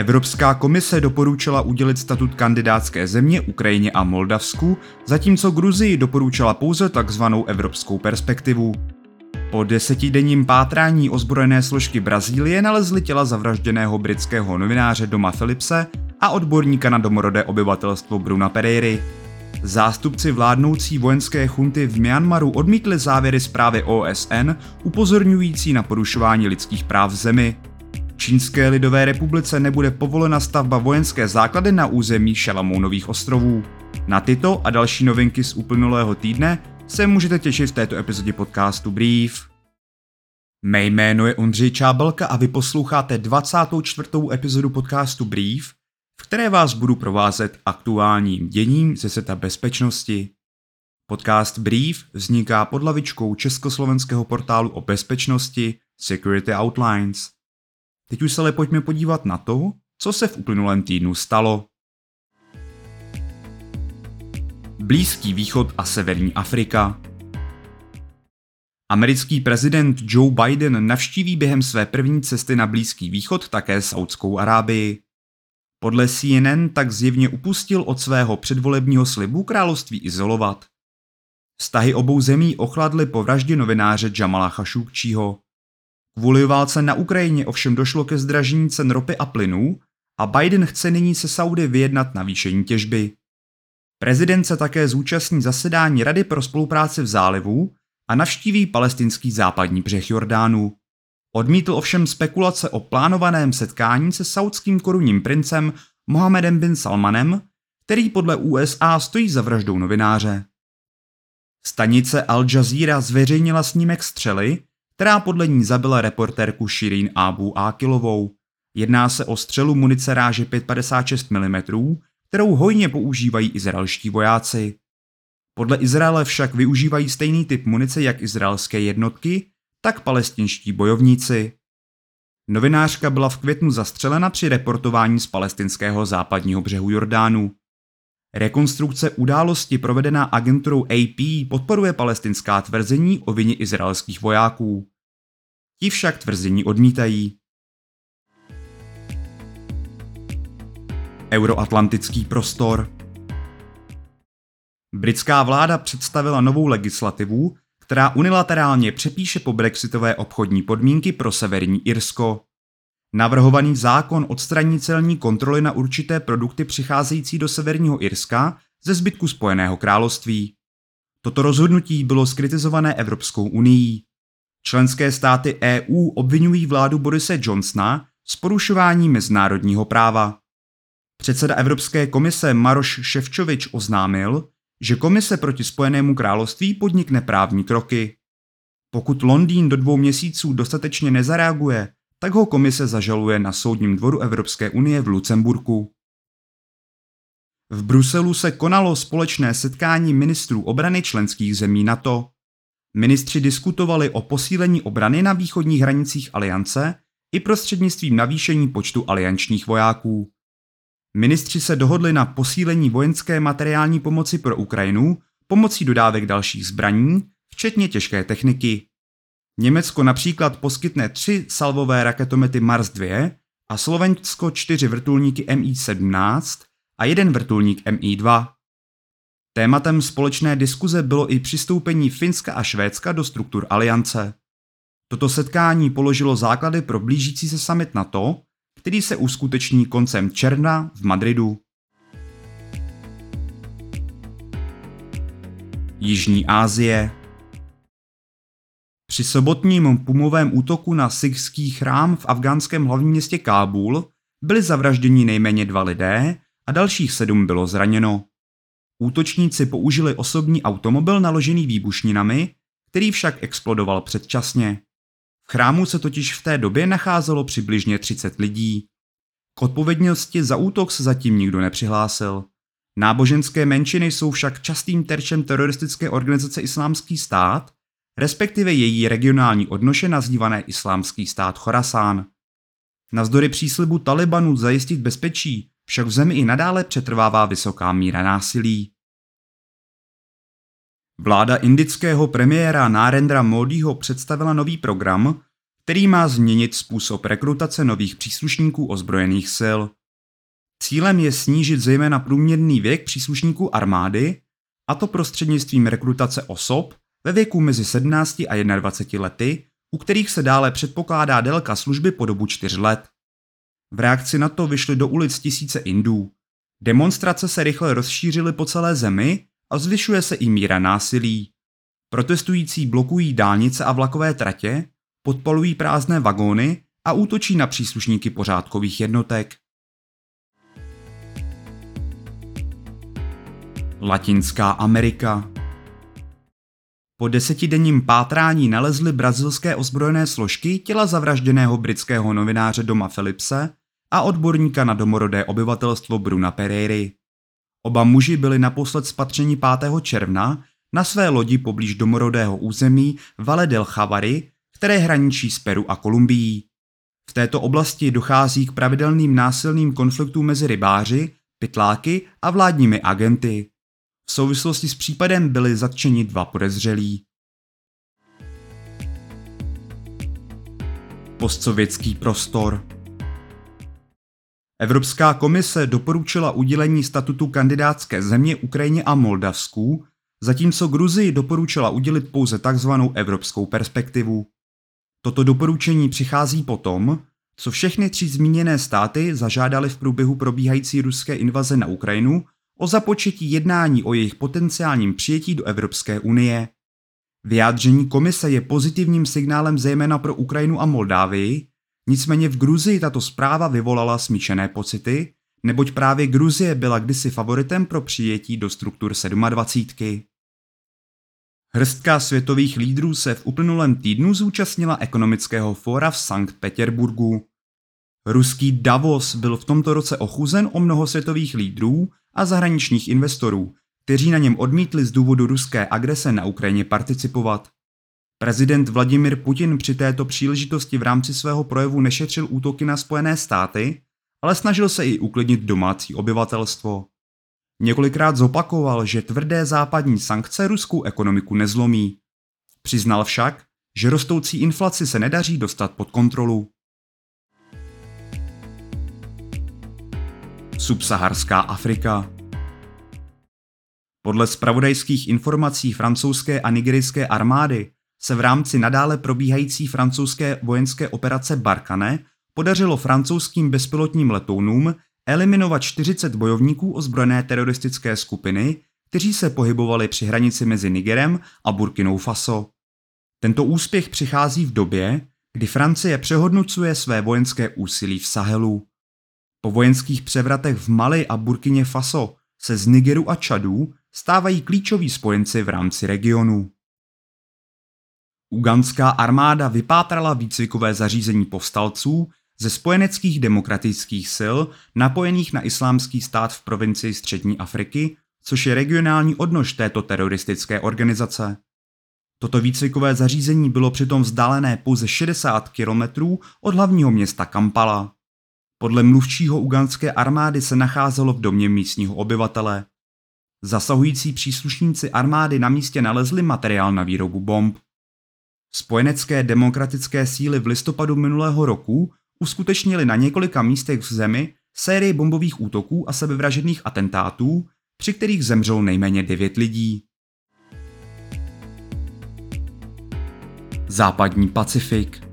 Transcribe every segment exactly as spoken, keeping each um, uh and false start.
Evropská komise doporučila udělit statut kandidátské země Ukrajině a Moldavsku, zatímco Gruzii doporučila pouze takzvanou evropskou perspektivu. Po desetidenním pátrání ozbrojené složky Brazílie nalezly těla zavražděného britského novináře Doma Philipse a odborníka na domorodé obyvatelstvo Bruna Pereiry. Zástupci vládnoucí vojenské chunty v Myanmaru odmítli závěry zprávy O S N upozorňující na porušování lidských práv v zemi. Čínské lidové republice nebude povolena stavba vojenské základny na území Šalamounových ostrovů. Na tyto a další novinky z uplynulého týdne se můžete těšit v této epizodě podcastu Brief. Mé jméno je Ondřej Čábelka a vy posloucháte dvacátou čtvrtou epizodu podcastu Brief, v které vás budu provázet aktuálním děním ze světa bezpečnosti. Podcast Brief vzniká pod hlavičkou československého portálu o bezpečnosti Security Outlines. Teď už se ale pojďme podívat na to, co se v uplynulém týdnu stalo. Blízký východ a severní Afrika. Americký prezident Joe Biden navštíví během své první cesty na Blízký východ také Saudskou Arábii. Podle C N N tak zjevně upustil od svého předvolebního slibu království izolovat. Vztahy obou zemí ochladly po vraždě novináře Jamala Chašukčího. Kvůli válce na Ukrajině ovšem došlo ke zdražení cen ropy a plynu a Biden chce nyní se Saudy vyjednat navýšení těžby. Prezident se také zúčastní zasedání Rady pro spolupráci v zálivu a navštíví palestinský západní břeh Jordánu. Odmítl ovšem spekulace o plánovaném setkání se saudským korunním princem Mohammedem bin Salmanem, který podle U S A stojí za vraždou novináře. Stanice Al Jazeera zveřejnila snímek střely, která podle ní zabila reportérku Shirin Abu Aqilovou. Jedná se o střelu munice ráže pět padesát šest milimetrů, kterou hojně používají izraelští vojáci. Podle Izraele však využívají stejný typ munice jak izraelské jednotky, tak palestinští bojovníci. Novinářka byla v květnu zastřelena při reportování z palestinského západního břehu Jordánu. Rekonstrukce události provedená agenturou A P podporuje palestinská tvrzení o vině izraelských vojáků. Ti však tvrzení odmítají. Euroatlantický prostor. Britská vláda představila novou legislativu, která unilaterálně přepíše po brexitové obchodní podmínky pro Severní Irsko. Navrhovaný zákon odstraní celní kontroly na určité produkty přicházející do Severního Irska ze zbytku Spojeného království. Toto rozhodnutí bylo zkritizované Evropskou unií. Členské státy E U obvinují vládu Borise Johnsona z porušování mezinárodního práva. Předseda Evropské komise Maroš Šefčovič oznámil, že komise proti Spojenému království podnikne právní kroky. Pokud Londýn do dvou měsíců dostatečně nezareaguje, tak ho komise zažaluje na Soudním dvoru Evropské unie v Lucemburku. V Bruselu se konalo společné setkání ministrů obrany členských zemí NATO. Ministři diskutovali o posílení obrany na východních hranicích aliance i prostřednictvím navýšení počtu aliančních vojáků. Ministři se dohodli na posílení vojenské materiální pomoci pro Ukrajinu pomocí dodávek dalších zbraní, včetně těžké techniky. Německo například poskytne tři salvové raketomety Mars dva a Slovensko čtyři vrtulníky M I sedmnáct a jeden vrtulník M I dva. Tématem společné diskuze bylo i přistoupení Finska a Švédska do struktur aliance. Toto setkání položilo základy pro blížící se summit NATO, který se uskuteční koncem června v Madridu. Jižní Asie. Při sobotním pumovém útoku na sikhský chrám v afghánském hlavním městě Kábul byli zavražděni nejméně dva lidé a dalších sedm bylo zraněno. Útočníci použili osobní automobil naložený výbušninami, který však explodoval předčasně. V chrámu se totiž v té době nacházelo přibližně třicet lidí. K odpovědnosti za útok se zatím nikdo nepřihlásil. Náboženské menšiny jsou však častým terčem teroristické organizace Islámský stát, respektive její regionální odnože nazývané Islámský stát Chorasán. Navzdory příslibu Talibanu zajistit bezpečí, však v zemi i nadále přetrvává vysoká míra násilí. Vláda indického premiéra Narendra Modiho představila nový program, který má změnit způsob rekrutace nových příslušníků ozbrojených sil. Cílem je snížit zejména průměrný věk příslušníků armády, a to prostřednictvím rekrutace osob ve věku mezi sedmnácti a dvaceti jedné lety, u kterých se dále předpokládá délka služby po dobu čtyř let. V reakci na to vyšly do ulic tisíce Indů. Demonstrace se rychle rozšířily po celé zemi a zvyšuje se i míra násilí. Protestující blokují dálnice a vlakové tratě, podpalují prázdné vagóny a útočí na příslušníky pořádkových jednotek. Latinská Amerika. Po desetidenním pátrání nalezly brazilské ozbrojené složky těla zavražděného britského novináře Doma Philipse a odborníka na domorodé obyvatelstvo Bruna Pereiry. Oba muži byli naposled spatřeni pátého června na své lodi poblíž domorodého území Valle del Javari, které hraničí s Peru a Kolumbií. V této oblasti dochází k pravidelným násilným konfliktům mezi rybáři, pytláky a vládními agenty. V souvislosti s případem byli zatčeni dva podezřelí. Postsovětský prostor. Evropská komise doporučila udělení statutu kandidátské země Ukrajině a Moldavsku, zatímco Gruzii doporučila udělit pouze takzvanou evropskou perspektivu. Toto doporučení přichází potom, co všechny tři zmíněné státy zažádaly v průběhu probíhající ruské invaze na Ukrajinu o započetí jednání o jejich potenciálním přijetí do Evropské unie. Vyjádření komise je pozitivním signálem zejména pro Ukrajinu a Moldávii, nicméně v Gruzii tato zpráva vyvolala smíšené pocity, neboť právě Gruzie byla kdysi favoritem pro přijetí do struktur sedmadvacítky. Hrstka světových lídrů se v uplynulém týdnu zúčastnila ekonomického fóra v Sankt Petěrburgu. Ruský Davos byl v tomto roce ochuzen o mnoho světových lídrů a zahraničních investorů, kteří na něm odmítli z důvodu ruské agrese na Ukrajině participovat. Prezident Vladimir Putin při této příležitosti v rámci svého projevu nešetřil útoky na Spojené státy, ale snažil se i uklidnit domácí obyvatelstvo. Několikrát zopakoval, že tvrdé západní sankce ruskou ekonomiku nezlomí. Přiznal však, že rostoucí inflaci se nedaří dostat pod kontrolu. Subsaharská Afrika. Podle zpravodajských informací francouzské a nigerijské armády se v rámci nadále probíhající francouzské vojenské operace Barkhane podařilo francouzským bezpilotním letounům eliminovat čtyřicet bojovníků ozbrojené teroristické skupiny, kteří se pohybovali při hranici mezi Nigerem a Burkinou Faso. Tento úspěch přichází v době, kdy Francie přehodnocuje své vojenské úsilí v Sahelu. Po vojenských převratech v Mali a Burkině Faso se z Nigeru a Čadu stávají klíčoví spojenci v rámci regionu. Ugandská armáda vypátrala výcvikové zařízení povstalců ze spojeneckých demokratických sil napojených na islámský stát v provincii Střední Afriky, což je regionální odnož této teroristické organizace. Toto výcvikové zařízení bylo přitom vzdálené pouze šedesát kilometrů od hlavního města Kampala. Podle mluvčího ugandské armády se nacházelo v domě místního obyvatele. Zasahující příslušníci armády na místě nalezli materiál na výrobu bomb. Spojenecké demokratické síly v listopadu minulého roku uskutečnili na několika místech v zemi sérii bombových útoků a sebevražedných atentátů, při kterých zemřelo nejméně devět lidí. Západní Pacifik.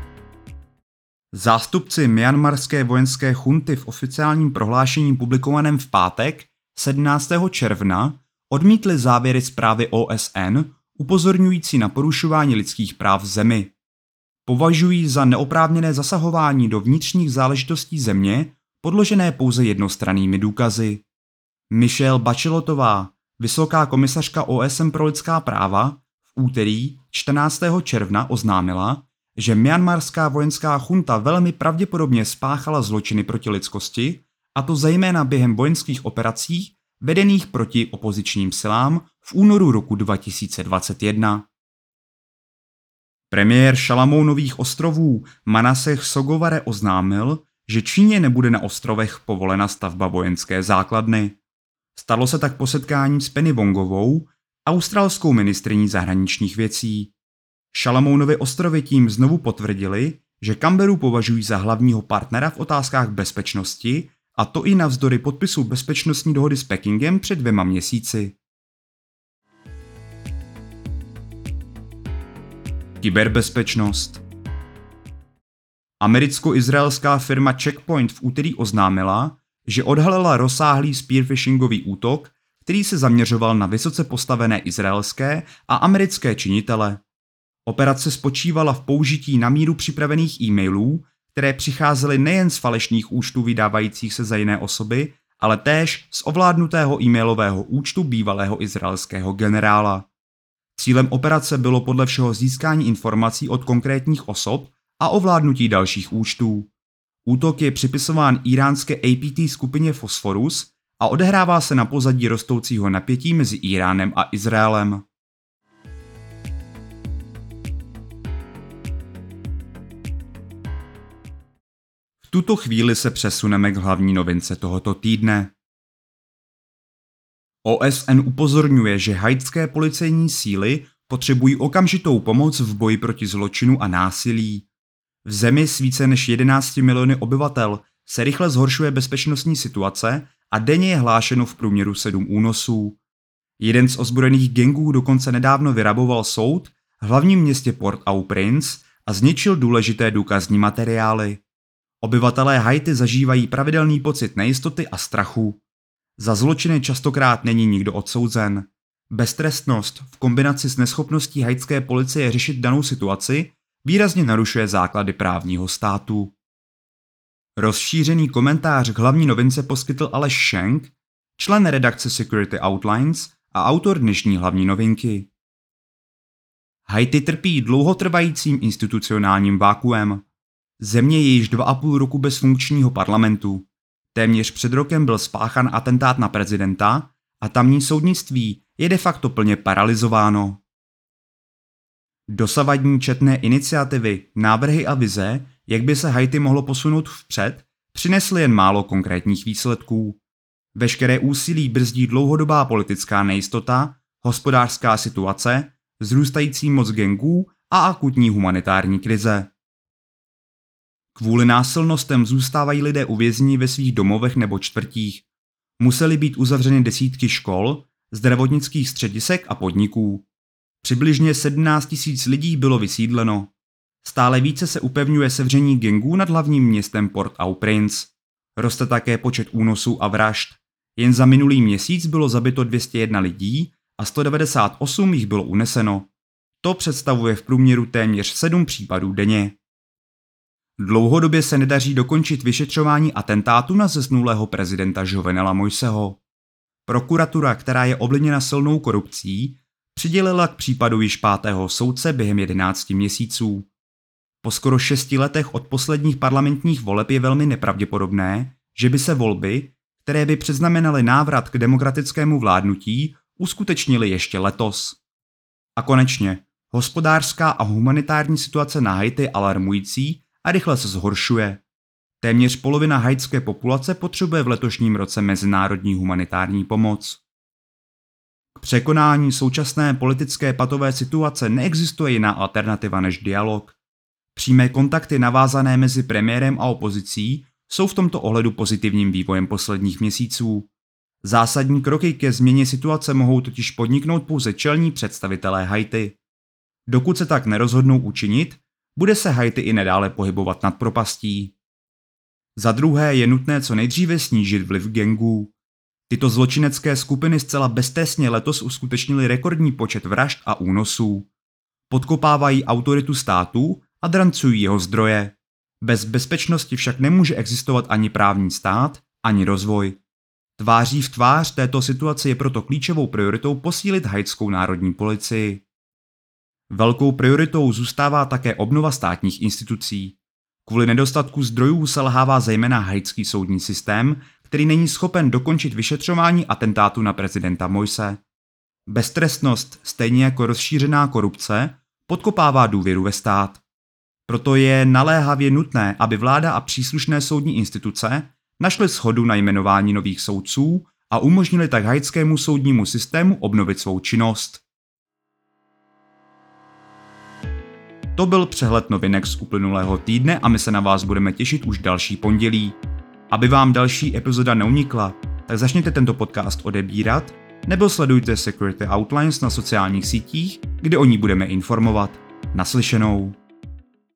Zástupci myanmarské vojenské chunty v oficiálním prohlášení publikovaném v pátek sedmnáctého června odmítli závěry zprávy O S N upozorňující na porušování lidských práv v zemi. Považují za neoprávněné zasahování do vnitřních záležitostí země podložené pouze jednostrannými důkazy. Michelle Bacheletová, vysoká komisařka O S N pro lidská práva, v úterý čtrnáctého června oznámila, že myanmarská vojenská chunta velmi pravděpodobně spáchala zločiny proti lidskosti, a to zejména během vojenských operací vedených proti opozičním silám v únoru roku dva tisíce dvacet jedna. Premiér Šalamounových ostrovů Manasseh Sogavare oznámil, že Číně nebude na ostrovech povolena stavba vojenské základny. Stalo se tak po setkání s Penny Wongovou, australskou ministryní zahraničních věcí. Šalamounovy ostrovy tím znovu potvrdili, že Canberu považují za hlavního partnera v otázkách bezpečnosti, a to i navzdory podpisu bezpečnostní dohody s Pekingem před dvěma měsíci. Kyberbezpečnost. Americko-izraelská firma Checkpoint v úterý oznámila, že odhalila rozsáhlý spearphishingový útok, který se zaměřoval na vysoce postavené izraelské a americké činitele. Operace spočívala v použití na míru připravených e-mailů, které přicházely nejen z falešných účtů vydávajících se za jiné osoby, ale též z ovládnutého e-mailového účtu bývalého izraelského generála. Cílem operace bylo podle všeho získání informací od konkrétních osob a ovládnutí dalších účtů. Útok je připisován íránské A P T skupině Phosphorus a odehrává se na pozadí rostoucího napětí mezi Íránem a Izraelem. V tuto chvíli se přesuneme k hlavní novince tohoto týdne. O S N upozorňuje, že haitské policejní síly potřebují okamžitou pomoc v boji proti zločinu a násilí. V zemi s více než jedenácti miliony obyvatel se rychle zhoršuje bezpečnostní situace a denně je hlášeno v průměru sedm únosů. Jeden z ozbrojených gangů dokonce nedávno vyraboval soud v hlavním městě Port-au-Prince a zničil důležité důkazní materiály. Obyvatelé Haiti zažívají pravidelný pocit nejistoty a strachu. Za zločiny častokrát není nikdo odsouzen. Beztrestnost v kombinaci s neschopností haitské policie řešit danou situaci výrazně narušuje základy právního státu. Rozšířený komentář k hlavní novince poskytl Aleš Schenk, člen redakce Security Outlines a autor dnešní hlavní novinky. Haiti trpí dlouhotrvajícím institucionálním vákuem. Země je již dva a půl roku bez funkčního parlamentu. Téměř před rokem byl spáchan atentát na prezidenta a tamní soudnictví je de facto plně paralyzováno. Dosavadní četné iniciativy, návrhy a vize, jak by se Haiti mohlo posunout vpřed, přinesly jen málo konkrétních výsledků. Veškeré úsilí brzdí dlouhodobá politická nejistota, hospodářská situace, vzrůstající moc gangů a akutní humanitární krize. Kvůli násilnostem zůstávají lidé uvězněni ve svých domovech nebo čtvrtích. Musely být uzavřeny desítky škol, zdravotnických středisek a podniků. Přibližně sedmnáct tisíc lidí bylo vysídleno. Stále více se upevňuje sevření gangů nad hlavním městem Port-au-Prince. Roste také počet únosů a vražd. Jen za minulý měsíc bylo zabito dvě stě jedna lidí a sto devadesát osm jich bylo uneseno. To představuje v průměru téměř sedm případů denně. Dlouhodobě se nedaří dokončit vyšetřování atentátu na zesnulého prezidenta Jovenela Moïseho. Prokuratura, která je ovlivněna silnou korupcí, přidělila k případu již pátého soudce během jedenácti měsíců. Po skoro šesti letech od posledních parlamentních voleb je velmi nepravděpodobné, že by se volby, které by předznamenaly návrat k demokratickému vládnutí, uskutečnily ještě letos. A konečně, hospodářská a humanitární situace na Haiti je alarmující a rychle se zhoršuje. Téměř polovina haitské populace potřebuje v letošním roce mezinárodní humanitární pomoc. K překonání současné politické patové situace neexistuje jiná alternativa než dialog. Přímé kontakty navázané mezi premiérem a opozicí jsou v tomto ohledu pozitivním vývojem posledních měsíců. Zásadní kroky ke změně situace mohou totiž podniknout pouze čelní představitelé Haiti. Dokud se tak nerozhodnou učinit, bude se Haiti i nadále pohybovat nad propastí. Za druhé je nutné co nejdříve snížit vliv gangů. Tyto zločinecké skupiny zcela beztrestně letos uskutečnily rekordní počet vražd a únosů. Podkopávají autoritu státu a drancují jeho zdroje. Bez bezpečnosti však nemůže existovat ani právní stát, ani rozvoj. Tváří v tvář této situaci je proto klíčovou prioritou posílit haitskou národní policii. Velkou prioritou zůstává také obnova státních institucí. Kvůli nedostatku zdrojů selhává zejména haitský soudní systém, který není schopen dokončit vyšetřování atentátu na prezidenta Moïse. Beztrestnost, stejně jako rozšířená korupce, podkopává důvěru ve stát. Proto je naléhavě nutné, aby vláda a příslušné soudní instituce našly shodu na jmenování nových soudců a umožnili tak haitskému soudnímu systému obnovit svou činnost. To byl přehled novinek z uplynulého týdne a my se na vás budeme těšit už další pondělí. Aby vám další epizoda neunikla, tak začněte tento podcast odebírat nebo sledujte Security Outlines na sociálních sítích, kde o ní budeme informovat. Naslyšenou.